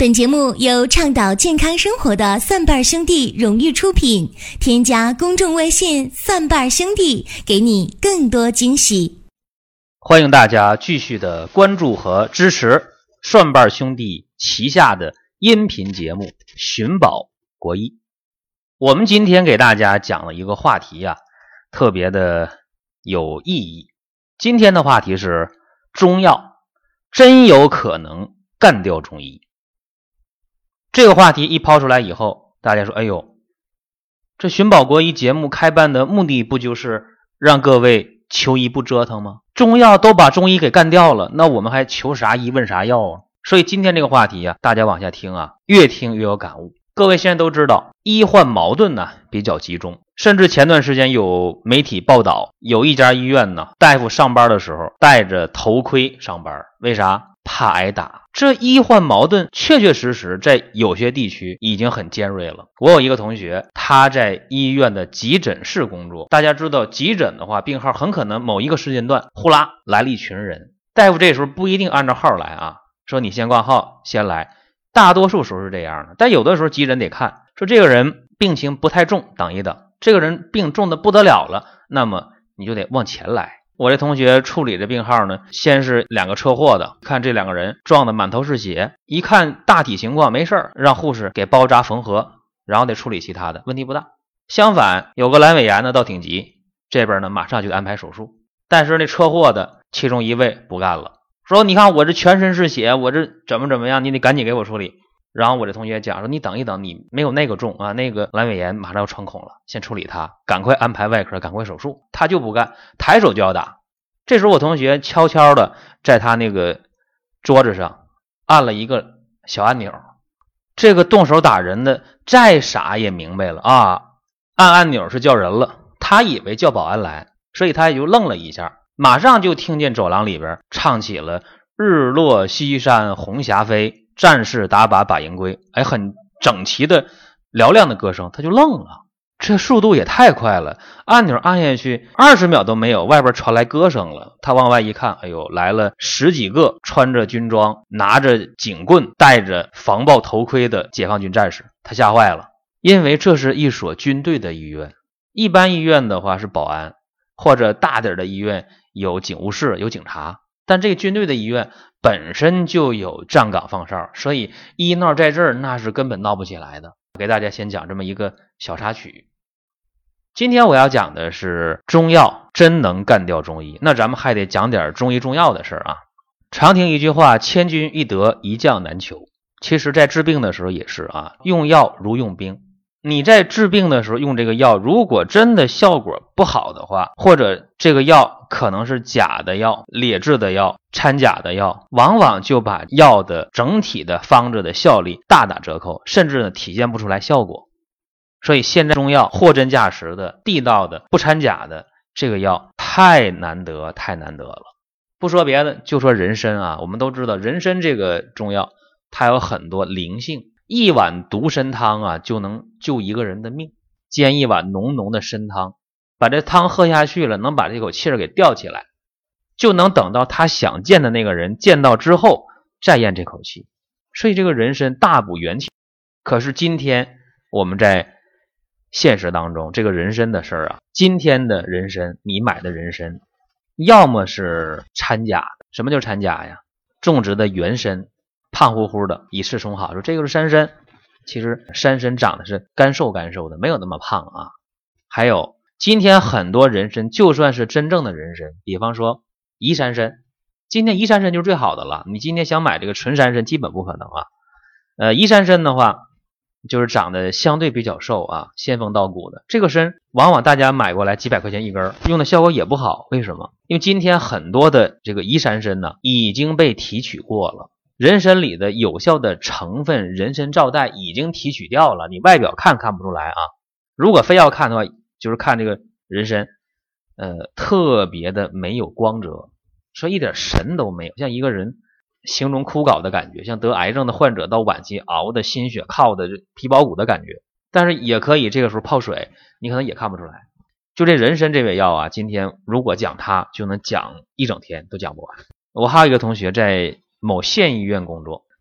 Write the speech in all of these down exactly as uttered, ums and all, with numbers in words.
本节目由倡导健康生活的蒜瓣兄弟荣誉出品，添加公众微信蒜瓣兄弟，给你更多惊喜。 欢迎大家继续的关注和支持蒜瓣兄弟旗下的音频节目寻宝国医。我们今天给大家讲了一个话题啊，特别的有意义。今天的话题是中药真有可能干掉中医。这个话题一抛出来以后，大家说哎呦，这寻宝国医节目开办的目的不就是让各位求医不折腾吗？中药都把中医给干掉了，那我们还求啥医问啥药啊？所以今天这个话题啊，大家往下听啊，越听越有感悟。各位现在都知道医患矛盾呢比较集中，甚至前段时间有媒体报道，有一家医院呢，大夫上班的时候戴着头盔上班，为啥？怕挨打。这医患矛盾确确实实在有些地区已经很尖锐了。我有一个同学，他在医院的急诊室工作，大家知道急诊的话，病号很可能某一个时间段呼啦来了一群人，大夫这时候不一定按照号来啊，说你先挂号先来，大多数时候是这样的。但有的时候急诊得看，说这个人病情不太重，等一等，这个人病重的不得了了，那么你就得往前来。我这同学处理的病号呢，先是两个车祸的，看这两个人撞得满头是血，一看大体情况没事儿，让护士给包扎缝合，然后得处理其他的，问题不大。相反有个阑尾炎呢倒挺急，这边呢马上就得安排手术。但是那车祸的其中一位不干了，说你看我这全身是血，我这怎么怎么样，你得赶紧给我处理。然后我这同学讲说，你等一等，你没有那个重啊，那个阑尾炎马上要穿孔了，先处理它，赶快安排外科，赶快手术。他就不干，抬手就要打。这时候我同学悄悄的在他那个桌子上按了一个小按钮，这个动手打人的再傻也明白了啊，按按钮是叫人了，他以为叫保安来，所以他也就愣了一下，马上就听见走廊里边唱起了日落西山红霞飞，战士打靶把营归，哎，很整齐的嘹亮的歌声，他就愣了，这速度也太快了，按钮按下去二十秒都没有，外边传来歌声了。他往外一看，哎呦，来了十几个穿着军装拿着警棍戴着防爆头盔的解放军战士，他吓坏了。因为这是一所军队的医院，一般医院的话是保安，或者大点的医院有警务室有警察，但这个军队的医院本身就有站岗放哨，所以医闹在这儿那是根本闹不起来的。给大家先讲这么一个小插曲。今天我要讲的是中药真能干掉中医，那咱们还得讲点中医中药的事啊。常听一句话，千军易得，一将难求。其实在治病的时候也是啊，用药如用兵。你在治病的时候用这个药，如果真的效果不好的话，或者这个药可能是假的药、劣质的药、掺假的药，往往就把药的整体的方子的效力大打折扣，甚至呢体现不出来效果。所以现在中药货真价实的、地道的、不掺假的这个药太难得太难得了。不说别的，就说人参啊，我们都知道人参这个中药它有很多灵性，一碗独参汤啊就能救一个人的命。煎一碗浓浓的参汤，把这汤喝下去了，能把这口气儿给吊起来，就能等到他想见的那个人见到之后再咽这口气。所以这个人参大补元气。可是今天我们在现实当中这个人参的事儿啊，今天的人参，你买的人参要么是掺假的。什么叫掺假呀？种植的原参胖乎乎的，以示充好，说这个是山参，其实山参长得是干瘦干瘦的，没有那么胖啊。还有今天很多人参就算是真正的人参，比方说宜山参，今天宜山参就是最好的了，你今天想买这个纯山参基本不可能啊。呃，宜山参的话就是长得相对比较瘦啊，仙风道骨的。这个参往往大家买过来几百块钱一根，用的效果也不好。为什么？因为今天很多的这个宜山参呢已经被提取过了，人参里的有效的成分人参皂苷已经提取掉了，你外表看看不出来啊。如果非要看的话，就是看这个人参呃，特别的没有光泽，说一点神都没有，像一个人形容枯槁的感觉，像得癌症的患者到晚期熬的心血靠的皮包骨的感觉。但是也可以这个时候泡水，你可能也看不出来。就这人参这味药啊，今天如果讲它就能讲一整天都讲不完。我还有一个同学在某县医院工作，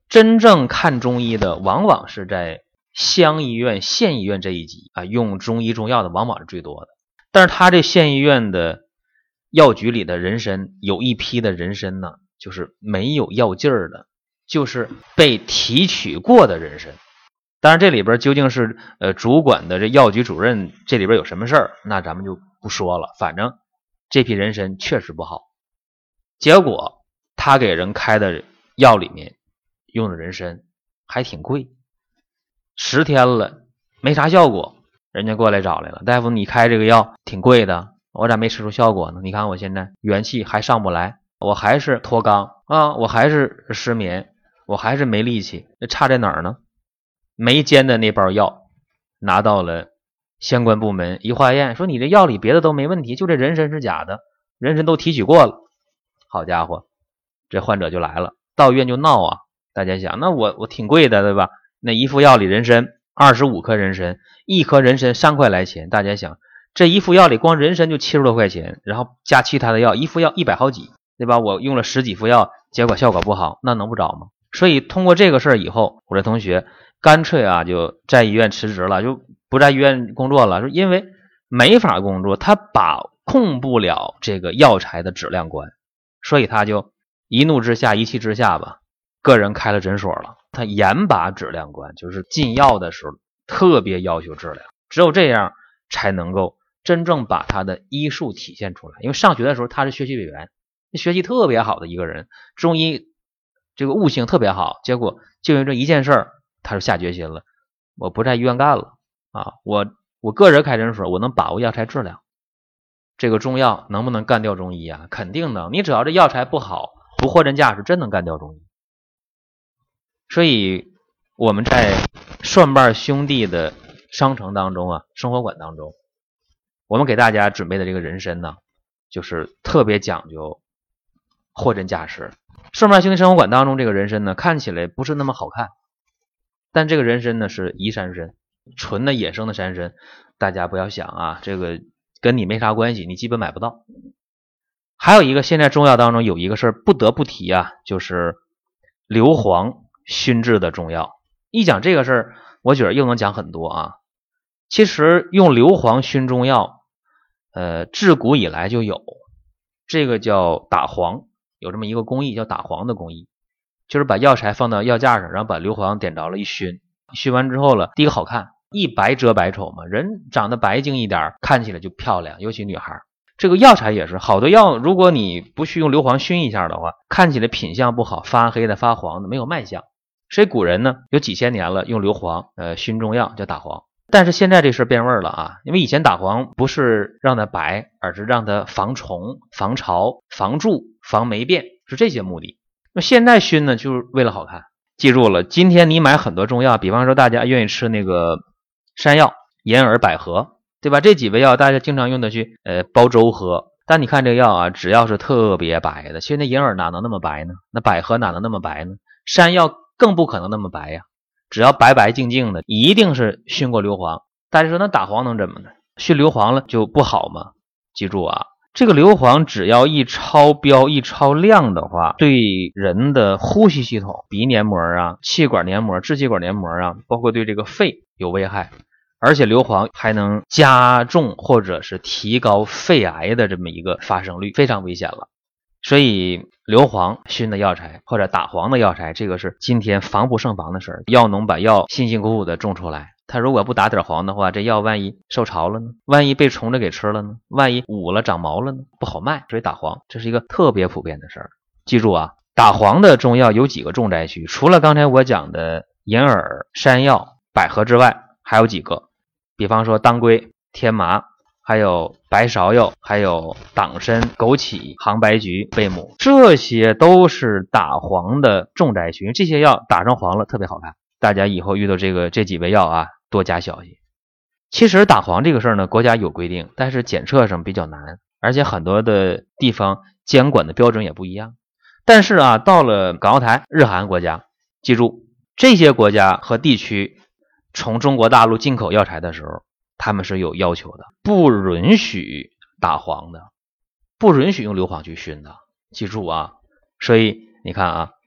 真正看中医的往往是在乡医院、县医院这一级啊，用中医中药的往往是最多的。但是他这县医院的药局里的人参，有一批的人参呢，就是没有药劲儿的，就是被提取过的人参。当然这里边究竟是呃主管的这药局主任这里边有什么事儿，那咱们就不说了，反正这批人参确实不好。结果他给人开的药里面用的人参还挺贵，十天了没啥效果，人家过来找来了，大夫你开这个药挺贵的，我咋没吃出效果呢？你看我现在元气还上不来，我还是脱肛啊，我还是失眠，我还是没力气，差在哪儿呢？没煎的那包药拿到了相关部门一化验，说你这药里别的都没问题，就这人参是假的，人参都提取过了。好家伙，这患者就来了，到医院就闹啊。大家想，那我我挺贵的对吧？那一副药里人参二十五颗人参，一颗人参三块来钱，大家想这一副药里光人参就七十多块钱，然后加其他的药，一副药一百好几，对吧？我用了十几副药，结果效果不好，那能不找吗？所以通过这个事儿以后，我的同学干脆啊就在医院辞职了，就不在医院工作了，说因为没法工作，他把控不了这个药材的质量关，所以他就一怒之下一气之下吧，个人开了诊所了。他严把质量关，就是进药的时候特别要求质量，只有这样才能够真正把他的医术体现出来。因为上学的时候他是学习委员，学习特别好的一个人，中医这个悟性特别好，结果就因为这一件事儿，他就下决心了，我不在医院干了啊，我我个人开诊所，我能把握药材质量。这个中药能不能干掉中医啊？肯定能，你只要这药材不好，不货真价实，真能干掉中医。所以我们在蒜瓣兄弟的商城当中啊，生活馆当中，我们给大家准备的这个人参呢，就是特别讲究货真价实。蒜瓣兄弟生活馆当中这个人参呢，看起来不是那么好看，但这个人参呢是宜山参，纯的野生的山参，大家不要想啊，这个跟你没啥关系，你基本买不到。还有一个现在中药当中有一个事儿不得不提啊，就是硫磺熏制的中药。一讲这个事儿，我觉得又能讲很多啊。其实用硫磺熏中药，呃，自古以来就有，这个叫打黄，有这么一个工艺叫打黄的工艺，就是把药材放到药架上，然后把硫磺点着了一熏，熏完之后了，第一个好看，一白遮百丑嘛，人长得白净一点，看起来就漂亮，尤其女孩。这个药材也是，好多药如果你不去用硫磺熏一下的话，看起来品相不好，发黑的发黄的，没有卖相。所以古人呢有几千年了用硫磺呃熏中药叫打黄。但是现在这事变味了啊，因为以前打黄不是让它白，而是让它防虫、防潮、防蛀、防霉变，是这些目的。那现在熏呢就是为了好看。记住了，今天你买很多中药，比方说大家愿意吃那个山药、银耳、百合，对吧？这几味药大家经常用的去呃煲粥喝，但你看这个药啊，只要是特别白的，其实那银耳哪能那么白呢？那百合哪能那么白呢？山药更不可能那么白呀，只要白白净净的，一定是熏过硫磺。大家说那打黄能怎么呢？熏硫磺了就不好吗？记住啊，这个硫磺只要一超标一超量的话，对人的呼吸系统、鼻黏膜啊、气管黏膜、支气管黏膜啊，包括对这个肺有危害。而且硫磺还能加重或者是提高肺癌的这么一个发生率，非常危险了。所以硫磺熏的药材或者打黄的药材，这个是今天防不胜防的事儿。药农把药辛辛苦苦的种出来，他如果不打点黄的话，这药万一受潮了呢？万一被虫子给吃了呢？万一捂了长毛了呢？不好卖。所以打黄这是一个特别普遍的事儿。记住啊，打黄的中药有几个重灾区，除了刚才我讲的银耳、山药、百合之外，还有几个，比方说当归、天麻，还有白芍药，还有党参、枸杞、杭白菊、贝母，这些都是打黄的重灾区。这些药打成黄了特别好看，大家以后遇到这个这几味药啊，多加小心。其实打黄这个事儿呢，国家有规定，但是检测上比较难，而且很多的地方监管的标准也不一样。但是啊，到了港澳台、日韩国家，记住这些国家和地区从中国大陆进口药材的时候，他们是有要求的，不允许打黄的，不允许用硫磺去熏的，记住啊。所以你看啊，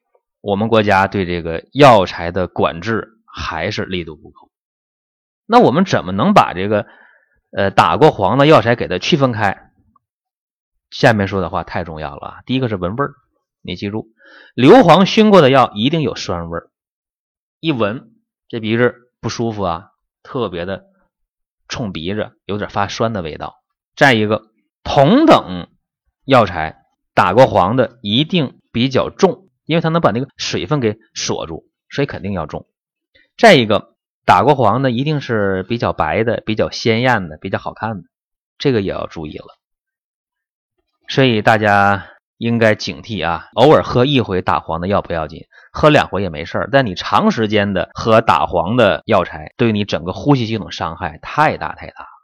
我们国家对这个药材的管制还是力度不够。那我们怎么能把这个呃打过黄的药材给它区分开？下面说的话太重要了啊！第一个是闻味儿，你记住，硫磺熏过的药一定有酸味儿，一闻这鼻子不舒服啊，特别的冲鼻子，有点发酸的味道。再一个，同等药材打过黄的一定比较重，因为它能把那个水分给锁住，所以肯定要重。再一个，打过黄的一定是比较白的，比较鲜艳的，比较好看的，这个也要注意了。所以大家应该警惕啊，偶尔喝一回打黄的药不要紧，喝两回也没事儿，但你长时间的喝打黄的药材，对你整个呼吸系统伤害太大太大了。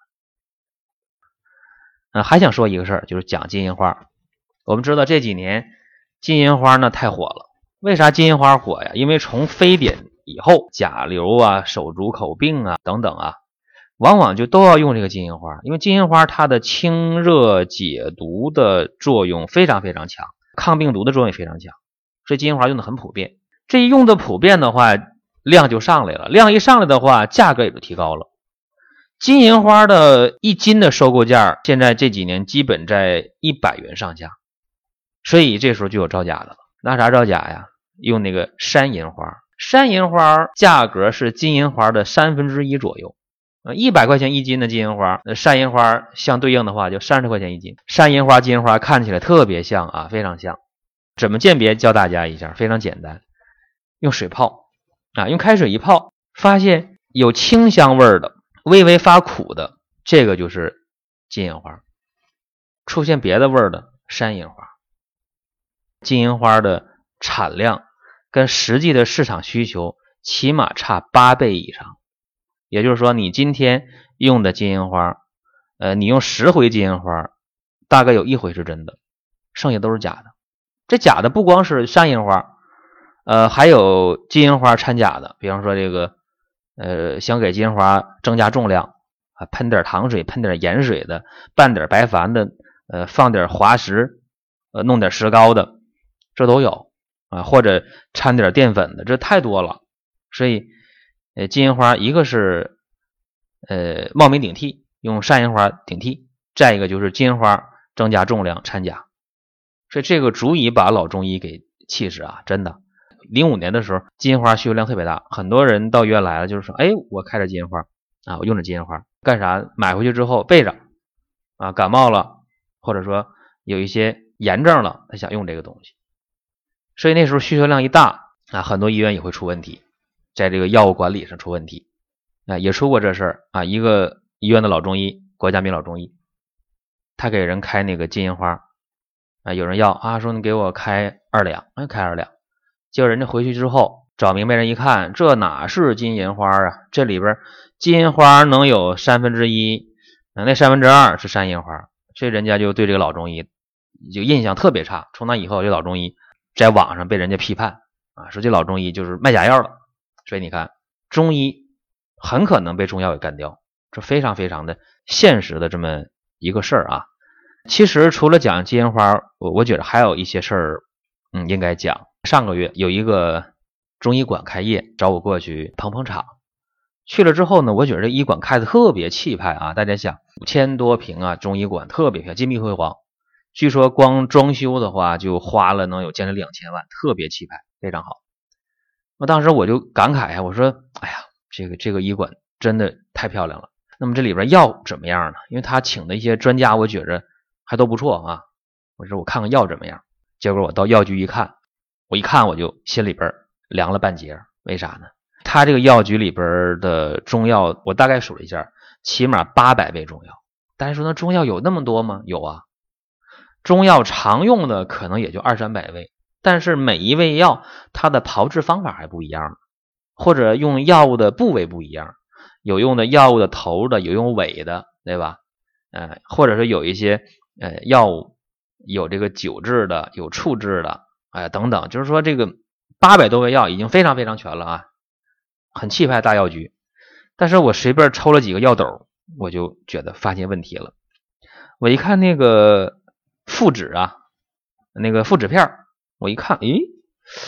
呃，还想说一个事儿，就是讲金银花。我们知道这几年金银花呢太火了，为啥金银花火呀？因为从非典以后，甲流啊、手足口病啊等等啊，往往就都要用这个金银花，因为金银花它的清热解毒的作用非常非常强，抗病毒的作用也非常强，所以金银花用的很普遍。这一用的普遍的话，量就上来了，量一上来的话，价格也就提高了。金银花的一斤的收购价，现在这几年基本在一百元上下，所以这时候就有造假的了。拿啥造假呀？用那个山银花，山银花价格是金银花的三分之一左右。呃，一百块钱一斤的金银花，呃，山银花相对应的话就三十块钱一斤。山银花、金银花看起来特别像啊，非常像。怎么鉴别？教大家一下，非常简单，用水泡啊，用开水一泡，发现有清香味的，微微发苦的，这个就是金银花。出现别的味儿的，山银花。金银花的产量跟实际的市场需求起码差八倍以上。也就是说，你今天用的金银花，呃，你用十回金银花，大概有一回是真的，剩下都是假的。这假的不光是山银花，呃，还有金银花掺假的。比方说这个，呃，想给金银花增加重量啊，喷点糖水、喷点盐水的，拌点白矾的，呃，放点滑石，呃，弄点石膏的，这都有啊，或者掺点淀粉的，这太多了。所以呃，金银花一个是呃冒名顶替，用山银花顶替，再一个就是金银花增加重量掺假，所以这个足以把老中医给气死啊！真的，零五年的时候金银花需求量特别大，很多人到医院来了，就是说，哎，我开着金银花啊，我用着金银花干啥？买回去之后备着啊，感冒了，或者说有一些炎症了，他想用这个东西，所以那时候需求量一大啊，很多医院也会出问题。在这个药物管理上出问题啊，也出过这事儿啊。一个医院的老中医，国家名老中医，他给人开那个金银花啊，有人要啊，说你给我开二两，哎，开二两，结果人家回去之后找明白人一看，这哪是金银花啊？这里边金银花能有三分之一，那三分之二是山银花，所以人家就对这个老中医就印象特别差。从那以后，这老中医在网上被人家批判啊，说这老中医就是卖假药了。所以你看，中医很可能被中药给干掉，这非常非常的现实的这么一个事儿啊。其实除了讲金银花，我我觉得还有一些事儿，嗯，应该讲。上个月有一个中医馆开业，找我过去捧捧场。去了之后呢，我觉得这医馆开的特别气派啊！大家想，五千多平啊，中医馆特别漂亮，金碧辉煌。据说光装修的话就花了能有将近两千万，特别气派，非常好。我当时我就感慨呀，我说，哎呀，这个这个医馆真的太漂亮了。那么这里边药怎么样呢？因为他请的一些专家，我觉着还都不错啊。我说我看看药怎么样。结果我到药局一看，我一看我就心里边凉了半截。为啥呢？他这个药局里边的中药，我大概数了一下，起码八百味中药。大家说那中药有那么多吗？有啊。中药常用的可能也就二三百味。但是每一味药它的炮制方法还不一样，或者用药物的部位不一样，有用的药物的头的，有用尾的，对吧？呃，或者是有一些呃药物有这个酒制的，有醋制的，哎、呃、等等，就是说这个八百多味药已经非常非常全了啊，很气派大药局。但是我随便抽了几个药斗，我就觉得发现问题了。我一看那个附纸啊，那个附纸片，我一看，诶，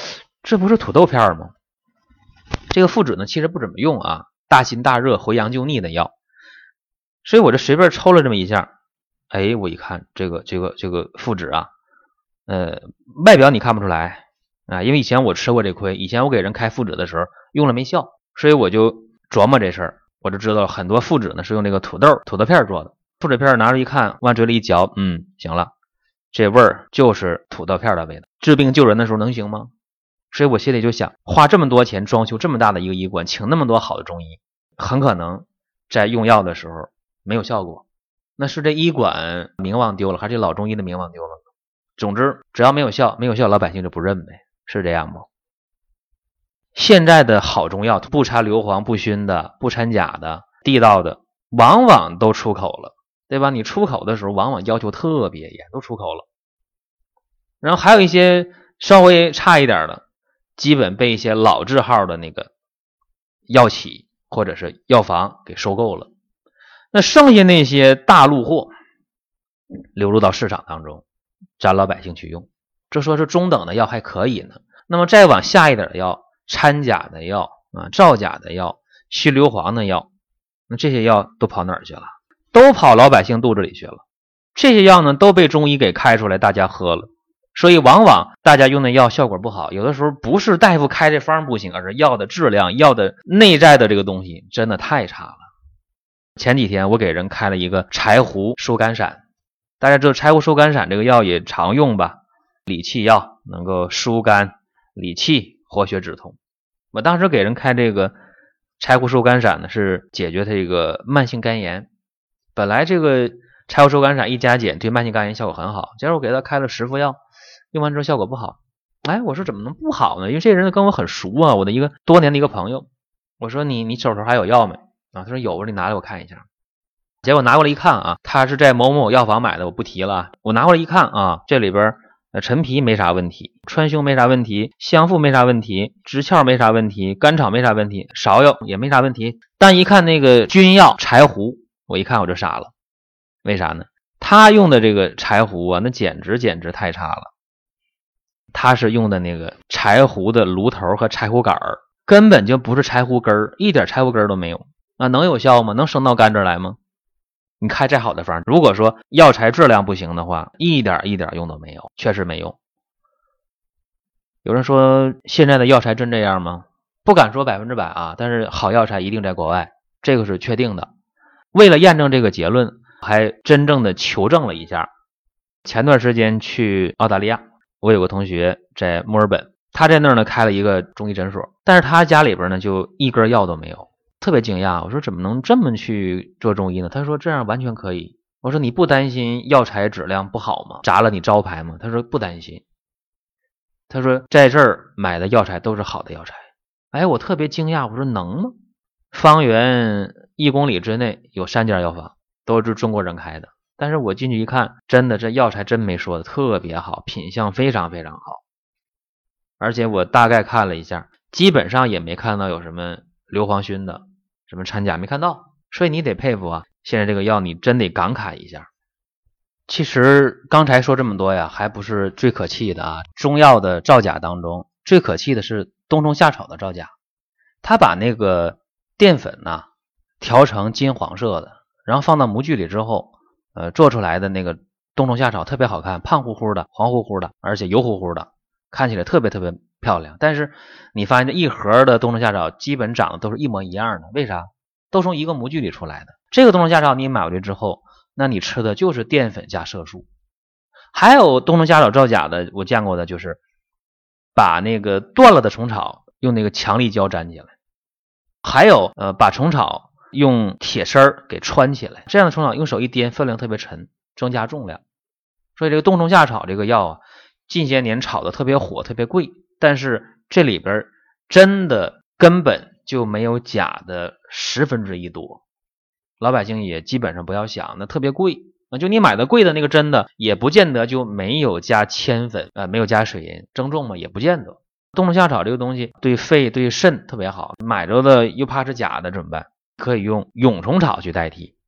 这不是土豆片吗？这个附子呢其实不怎么用啊，大辛大热回阳救逆的药。所以我就随便抽了这么一下，哎，我一看这个这个这个附子啊，呃，外表你看不出来啊，因为以前我吃过这亏，以前我给人开附子的时候用了没效，所以我就琢磨这事儿，我就知道很多附子呢是用那个土豆土豆片做的。附子片拿着一看，往嘴里一嚼，嗯，行了，这味儿就是土豆片的味道。治病救人的时候能行吗？所以我心里就想，花这么多钱装修这么大的一个医馆，请那么多好的中医，很可能在用药的时候没有效果。那是这医馆名望丢了，还是老中医的名望丢了？总之只要没有效，没有效老百姓就不认呗，是这样不？现在的好中药不掺硫磺不熏的，不掺假的，地道的，往往都出口了，对吧？你出口的时候往往要求特别严，都出口了。然后还有一些稍微差一点的，基本被一些老字号的那个药企或者是药房给收购了。那剩下那些大陆货流入到市场当中，咱老百姓去用，这说是中等的药还可以呢。那么再往下一点的药，掺假的药啊，造假的药，熏硫磺的药，那这些药都跑哪儿去了？都跑老百姓肚子里去了。这些药呢都被中医给开出来，大家喝了。所以往往大家用的药效果不好，有的时候不是大夫开的方不行，而是药的质量，药的内在的这个东西真的太差了。前几天我给人开了一个柴胡疏肝散，大家知道柴胡疏肝散这个药也常用吧，理气药，能够疏肝理气活血止痛。我当时给人开这个柴胡疏肝散呢，是解决这个慢性肝炎。本来这个柴胡疏肝散一加减对慢性肝炎效果很好，结果我给他开了十副药，用完之后效果不好。哎，我说怎么能不好呢？因为这人跟我很熟啊，我的一个多年的一个朋友。我说你你手头还有药没啊？他说有，我说你拿来我看一下。结果拿过来一看啊，他是在某某药房买的，我不提了。我拿过来一看啊，这里边呃陈皮没啥问题，川芎没啥问题，香附没啥问题，支壳没啥问题，甘草没啥问题，芍药也没啥问题。但一看那个君药柴胡，我一看我就傻了。为啥呢？他用的这个柴胡啊，那简直简直太差了。他是用的那个柴胡的芦头和柴胡杆儿，根本就不是柴胡根儿，一点柴胡根儿都没有。那能有效吗？能升到肝这儿来吗？你开再好的方，如果说药材质量不行的话，一点一点用都没有，确实没用。有人说现在的药材真这样吗？不敢说百分之百啊，但是好药材一定在国外，这个是确定的。为了验证这个结论，还真正的求证了一下。前段时间去澳大利亚，我有个同学在墨尔本，他在那儿呢开了一个中医诊所，但是他家里边呢就一根药都没有，特别惊讶。我说怎么能这么去做中医呢？他说这样完全可以。我说你不担心药材质量不好吗？砸了你招牌吗？他说不担心。他说在这儿买的药材都是好的药材。哎，我特别惊讶，我说能吗？方圆一公里之内有三家药房，都是中国人开的。但是我进去一看，真的这药材真没说的，特别好，品相非常非常好。而且我大概看了一下，基本上也没看到有什么硫磺熏的，什么掺假没看到。所以你得佩服啊，现在这个药你真得感慨一下。其实刚才说这么多呀，还不是最可气的啊。中药的造假当中最可气的是冬虫夏草的造假。他把那个淀粉呐、啊、调成金黄色的，然后放到模具里之后呃，做出来的那个冬虫夏草特别好看，胖乎乎的，黄乎乎的，而且油乎乎的，看起来特别特别漂亮。但是你发现这一盒的冬虫夏草基本长得都是一模一样的，为啥？都从一个模具里出来的。这个冬虫夏草你买回来之后，那你吃的就是淀粉加色素。还有冬虫夏草造假的，我见过的就是把那个断了的虫草用那个强力胶粘起来，还有呃把虫草用铁丝儿给穿起来，这样的虫草用手一掂，分量特别沉，增加重量。所以这个冬虫夏草这个药啊，近些年炒的特别火，特别贵，但是这里边真的根本就没有假的十分之一多。老百姓也基本上不要想，那特别贵，就你买的贵的那个真的也不见得就没有加铅粉，呃，没有加水银，增重嘛也不见得。冬虫夏草这个东西对肺对肾特别好，买着的又怕是假的怎么办？可以用蛹虫草去代替。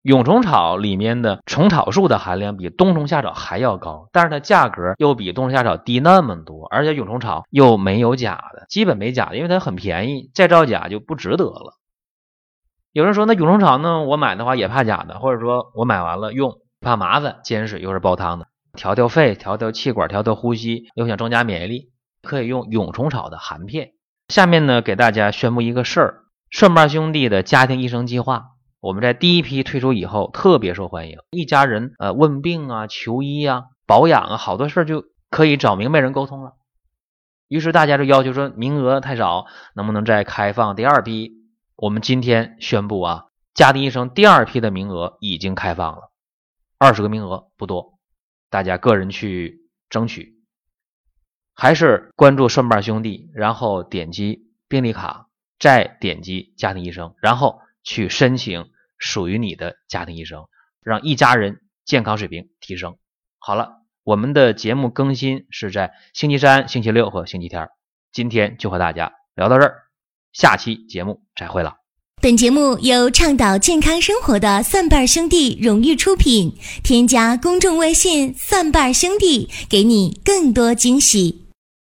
蛹虫草里面的虫草素的含量比冬虫夏草还要高，但是它价格又比冬虫夏草低那么多，而且蛹虫草又没有假的，基本没假的，因为它很便宜，再造假就不值得了。有人说那蛹虫草呢，我买的话也怕假的，或者说我买完了用怕麻烦，煎水又是煲汤的，调调肺，调调气管，调调呼吸，又想增加免疫力，可以用蛹虫草的含片。下面呢给大家宣布一个事儿，蒜瓣兄弟的家庭医生计划我们在第一批推出以后特别受欢迎，一家人呃问病啊、求医啊、保养啊，好多事就可以找明白人沟通了。于是大家就要求说名额太少，能不能再开放第二批？我们今天宣布啊，家庭医生第二批的名额已经开放了，二十个名额不多，大家个人去争取。还是关注蒜瓣兄弟，然后点击病历卡，再点击家庭医生，然后去申请属于你的家庭医生，让一家人健康水平提升。好了，我们的节目更新是在星期三、星期六和星期天，今天就和大家聊到这儿，下期节目再会了。 本节目由倡导健康生活的蒜瓣兄弟荣誉出品，添加公众微信蒜瓣兄弟，给你更多惊喜。